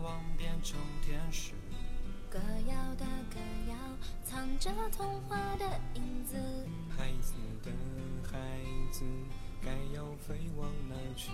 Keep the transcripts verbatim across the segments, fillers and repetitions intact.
望变成天使。 歌谣的歌谣，藏着童话的影子。 孩子的孩子，该要飞往哪去？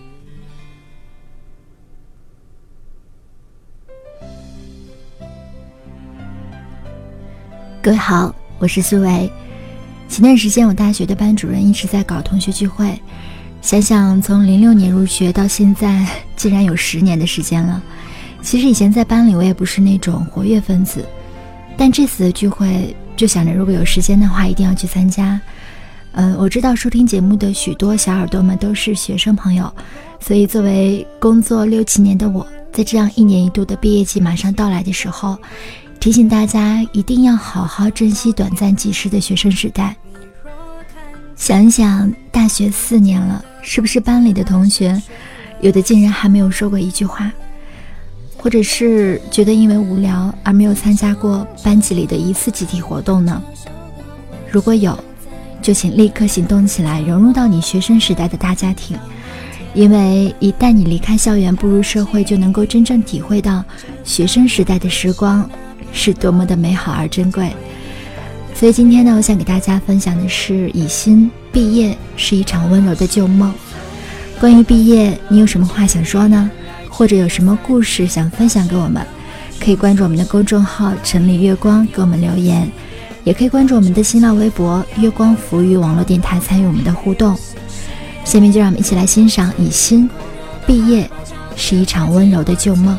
各位好，我是苏维。前段时间我大学的班主任一直在搞同学聚会，想想从零六年入学到现在，竟然有十年的时间了。其实以前在班里我也不是那种活跃分子，但这次的聚会就想着如果有时间的话一定要去参加。呃，我知道收听节目的许多小耳朵们都是学生朋友，所以作为工作六七年的我，在这样一年一度的毕业季马上到来的时候，提醒大家一定要好好珍惜短暂即逝的学生时代。想一想，大学四年了，是不是班里的同学有的竟然还没有说过一句话，或者是觉得因为无聊而没有参加过班级里的一次集体活动呢？如果有，就请立刻行动起来，融入到你学生时代的大家庭。因为一旦你离开校园步入社会，就能够真正体会到学生时代的时光是多么的美好而珍贵。所以今天呢，我想给大家分享的是以心毕业是一场温柔的旧梦。关于毕业，你有什么话想说呢？或者有什么故事想分享给我们？可以关注我们的公众号城里月光给我们留言，也可以关注我们的新浪微博月光浮语网络电台参与我们的互动。下面就让我们一起来欣赏以心毕业是一场温柔的旧梦。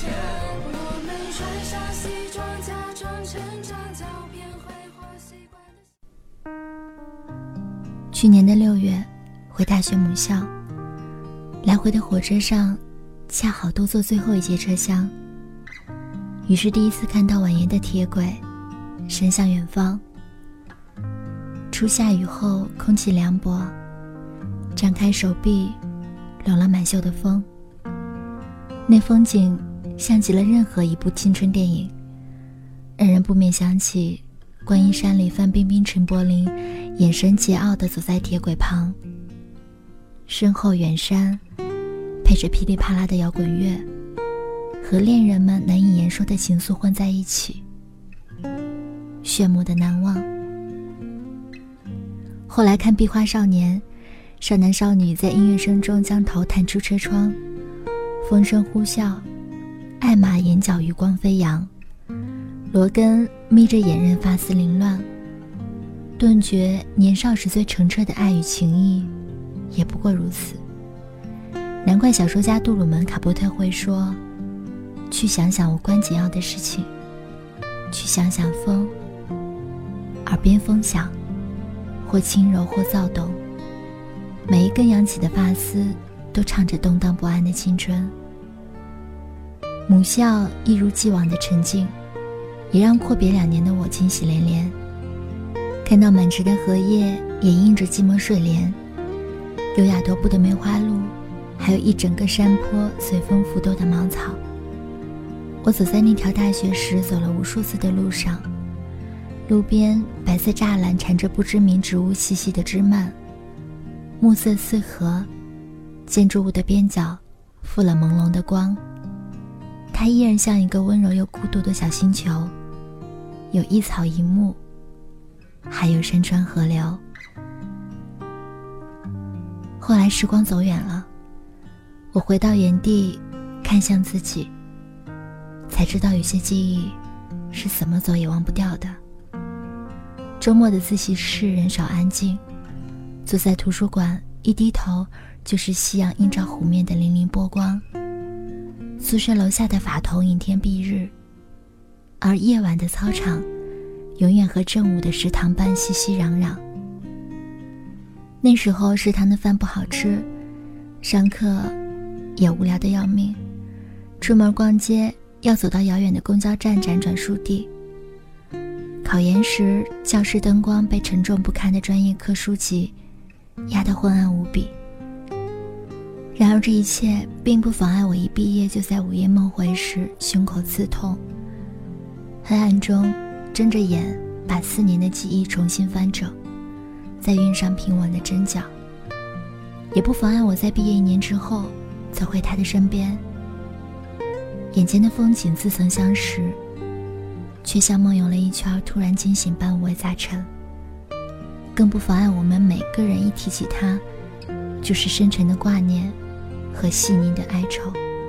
去年的六月，回大学母校，来回的火车上恰好都坐最后一节车厢，于是第一次看到蜿蜒的铁轨伸向远方。初下雨后，空气凉薄，张开手臂拢了满袖的风，那风景像极了任何一部青春电影，让人不免想起观音山里范冰冰、陈柏霖眼神桀骜地走在铁轨旁，身后远山配着噼里啪啦的摇滚乐，和恋人们难以言说的情愫混在一起，炫目的难忘。后来看壁花少年，少男少女在音乐声中将头探出车窗，风声呼啸，艾玛眼角余光飞扬，罗根眯着眼任发丝凌乱，顿觉年少时最澄澈的爱与情谊也不过如此。难怪小说家杜鲁门·卡波特会说，去想想无关紧要的事情，去想想风，耳边风响，或轻柔或躁动，每一根扬起的发丝都唱着动荡不安的青春。母校一如既往的沉静，也让阔别两年的我惊喜连连。看到满池的荷叶也映着寂寞睡莲，优雅踱步的梅花鹿，还有一整个山坡随风浮动的芒草。我走在那条大学时走了无数次的路上，路边白色栅栏缠着不知名植物细细的枝蔓，暮色四合，建筑物的边角附了朦胧的光，它依然像一个温柔又孤独的小星球，有一草一木，还有山川河流。后来时光走远了，我回到原地看向自己，才知道有些记忆是怎么走也忘不掉的。周末的自习室人少安静，坐在图书馆一低头就是夕阳映照湖面的粼粼波光，宿舍楼下的法桐迎天蔽日，而夜晚的操场永远和正午的食堂般熙熙攘攘。那时候食堂的饭不好吃，上课也无聊得要命，出门逛街要走到遥远的公交站辗转书地。考研时，教室灯光被沉重不堪的专业课书籍压得昏暗无比。然而这一切并不妨碍我一毕业就在午夜梦回时胸口刺痛，黑暗中睁着眼把四年的记忆重新翻整，再晕上平稳的针脚。也不妨碍我在毕业一年之后走回他的身边， 眼前的风景似曾相识，却像梦游了一圈突然惊醒般五味杂陈，更不妨碍我们每个人一提起它就是深沉的挂念和细腻的哀愁。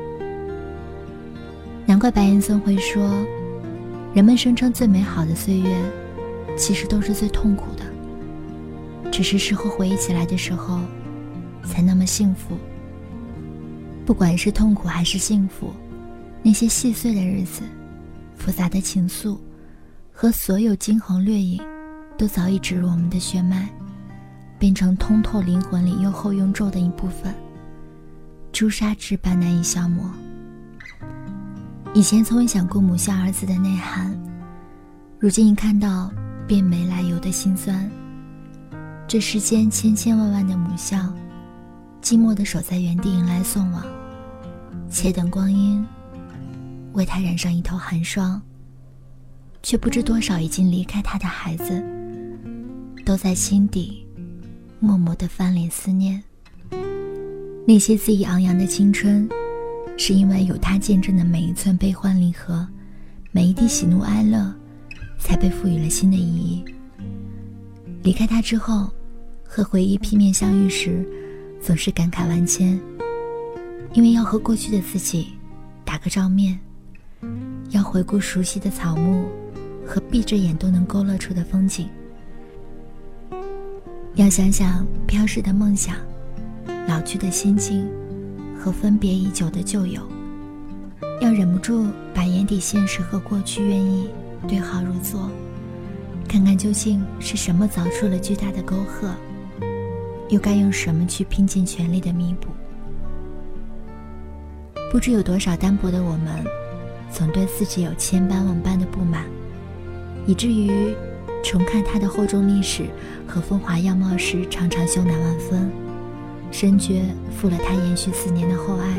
难怪白岩松会说，人们声称最美好的岁月其实都是最痛苦的，只是事后回忆起来的时候才那么幸福。不管是痛苦还是幸福，那些细碎的日子，复杂的情愫和所有惊鸿掠影都早已植入我们的血脉，变成通透灵魂里又厚又重的一部分，朱砂痣般难以消磨。以前从未想过母校二字的内涵，如今一看到便没来由的心酸。这世间千千万万的母校，寂寞地守在原地迎来送往，且等光阴为他染上一头寒霜，却不知多少已经离开他的孩子，都在心底默默地翻脸思念。那些恣意昂扬的青春，是因为有他见证的每一寸悲欢离合，每一滴喜怒哀乐，才被赋予了新的意义。离开他之后，和回忆劈面相遇时，总是感慨万千，因为要和过去的自己打个照面，要回顾熟悉的草木和闭着眼都能勾勒出的风景，要想想飘逝的梦想，老去的心境和分别已久的旧友，要忍不住把眼底现实和过去愿意对号入座，看看究竟是什么凿出了巨大的沟壑，又该用什么去拼尽全力的弥补。不知有多少单薄的我们，总对自己有千般万般的不满，以至于重看他的厚重历史和风华样貌时，常常羞赧万分，深觉负了他延续四年的厚爱。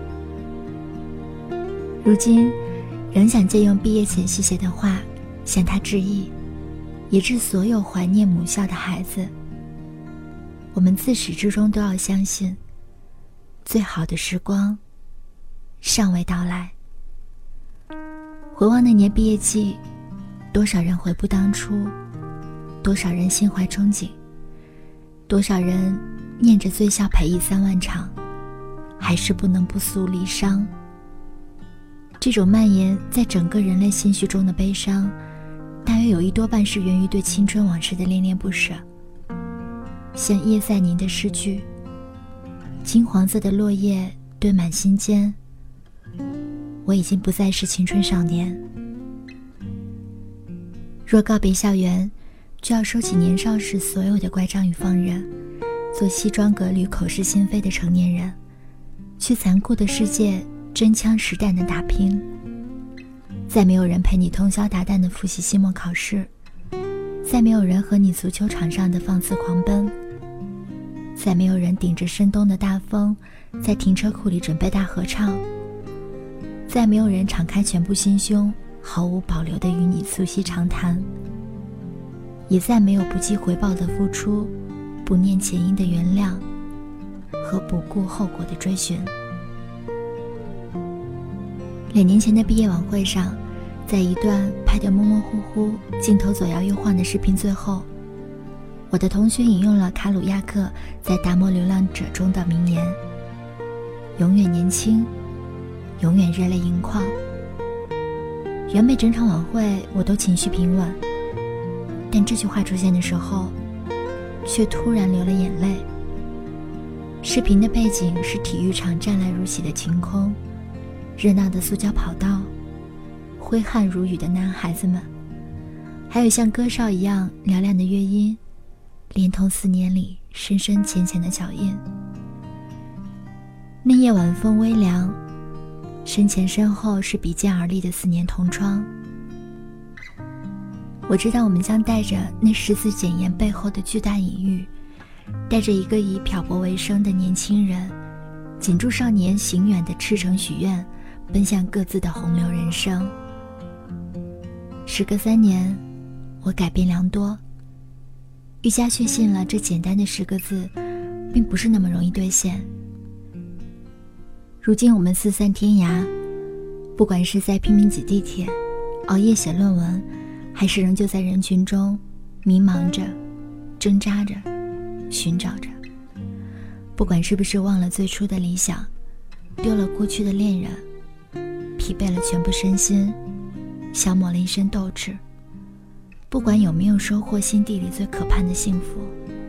如今仍想借用毕业前夕写的话向他致意，也致所有怀念母校的孩子。我们自始至终都要相信，最好的时光尚未到来。回望那年毕业季，多少人悔不当初，多少人心怀憧憬，多少人念着醉笑陪艺三万场，还是不能不诉离伤。这种蔓延在整个人类心绪中的悲伤，大约有一多半是源于对青春往事的恋恋不舍。像叶赛宁的诗句，金黄色的落叶堆满心间，我已经不再是青春少年。若告别校园，就要收起年少时所有的乖张与放任，做西装革履口是心非的成年人，去残酷的世界真枪实弹的打拼。再没有人陪你通宵达旦的复习期末考试，再没有人和你足球场上的放肆狂奔，再没有人顶着深冬的大风在停车库里准备大合唱，再没有人敞开全部心胸毫无保留地与你促膝长谈，也再没有不计回报的付出，不念前因的原谅和不顾后果的追寻。两年前的毕业晚会上，在一段拍得模模糊糊、镜头左摇右晃的视频最后，我的同学引用了卡鲁亚克在《达摩流浪者》中的名言：永远年轻，永远热泪盈眶。原本整场晚会我都情绪平稳，但这句话出现的时候，却突然流了眼泪。视频的背景是体育场湛蓝如洗的晴空，热闹的塑胶跑道，挥汗如雨的男孩子们，还有像歌哨一样嘹亮的乐音，连同四年里深深浅浅的脚印。那夜晚风微凉，身前身后是比肩而立的四年同窗。我知道我们将带着那十字简言背后的巨大隐喻，带着一个以漂泊为生的年轻人，紧住少年行远的赤诚许愿，奔向各自的洪流人生。时隔三年，我改变良多，愈加确信了这简单的十个字并不是那么容易兑现。如今我们四散天涯， 不管是在拼命挤地铁、熬夜写论文，还是仍旧在人群中迷茫着、挣扎着、寻找着，不管是不是忘了最初的理想，丢了过去的恋人，疲惫了全部身心，消磨了一身斗志，不管有没有收获心底里最可盼的幸福，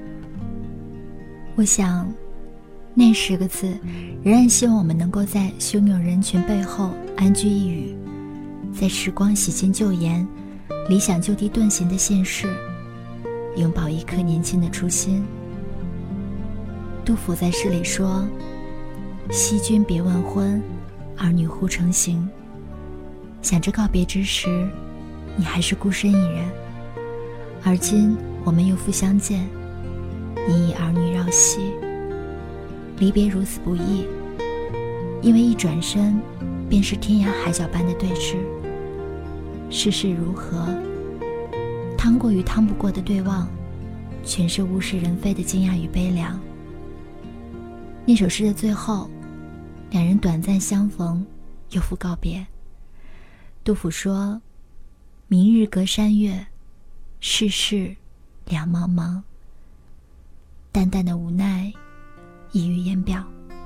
我想那十个字仍然希望我们能够在汹涌人群背后安居一隅，在时光洗尽旧颜，理想就地遁形的现世，拥抱一颗年轻的初心。杜甫在诗里说，昔君别问婚，儿女忽成行。想着告别之时，你还是孤身一人，而今我们又复相见，你已儿女绕膝。离别如此不易，因为一转身便是天涯海角般的对峙。世事如何，趟过与趟不过的对望，全是物是人非的惊讶与悲凉。那首诗的最后，两人短暂相逢，又复告别。杜甫说，明日隔山岳，世事两茫茫。淡淡的无奈溢于言表。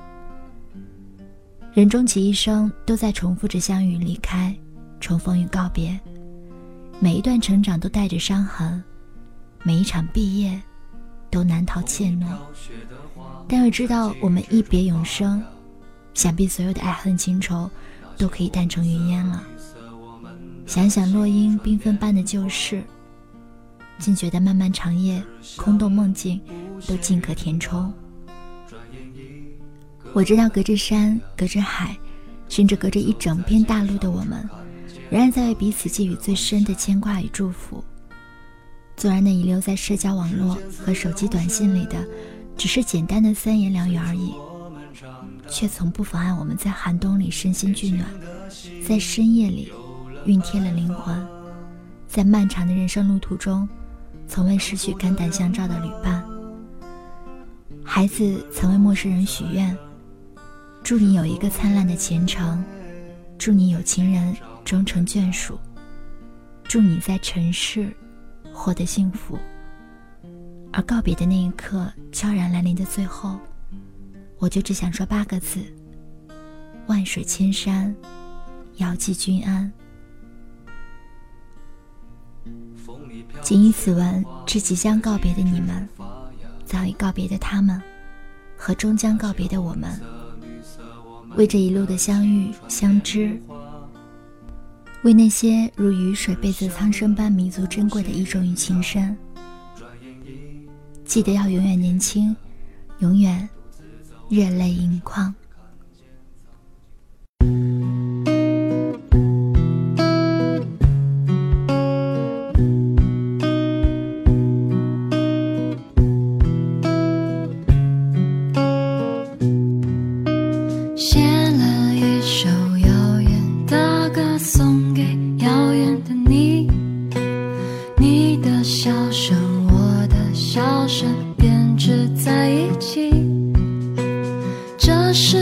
人终其一生都在重复着相遇离开，重逢与告别，每一段成长都带着伤痕，每一场毕业都难逃怯懦。但要知道我们一别永生，想必所有的爱恨情仇都可以淡成云烟了。想想落英缤纷般的旧事，竟觉得漫漫长夜空洞梦境都尽可填充。我知道隔着山隔着海，甚至隔着一整片大陆的我们，仍然在为彼此寄予最深的牵挂与祝福。纵然那遗留在社交网络和手机短信里的只是简单的三言两语而已，却从不妨碍我们在寒冬里身心俱暖，在深夜里熨贴了灵魂，在漫长的人生路途中从未失去肝胆相照的旅伴。孩子曾为陌生人许愿，祝你有一个灿烂的前程，祝你有情人终成眷属，祝你在尘世获得幸福。而告别的那一刻悄然来临的最后，我就只想说八个字：万水千山，遥寄君安。谨以此文致即将告别的你们，早已告别的他们，和终将告别的我们，为这一路的相遇相知，为那些如雨水被自苍生般弥足珍贵的一种与情深。记得要永远年轻，永远热泪盈眶。 这是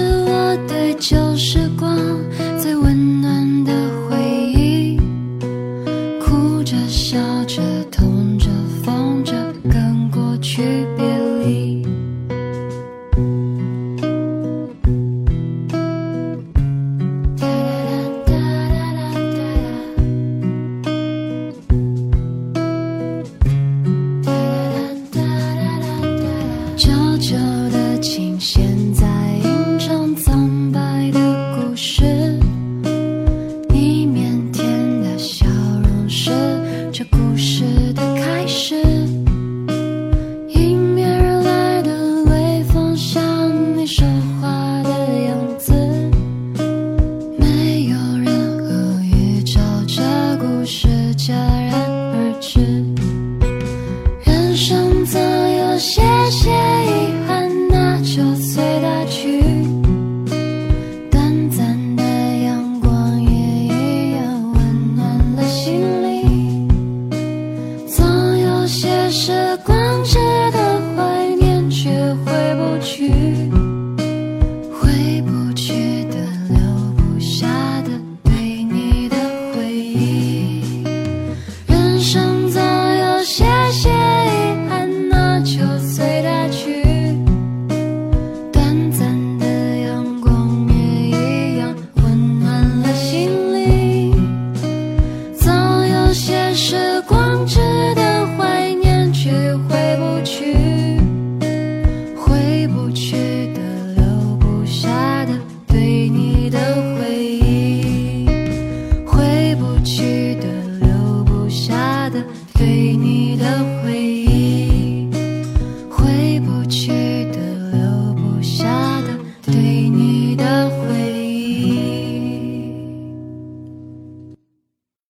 的。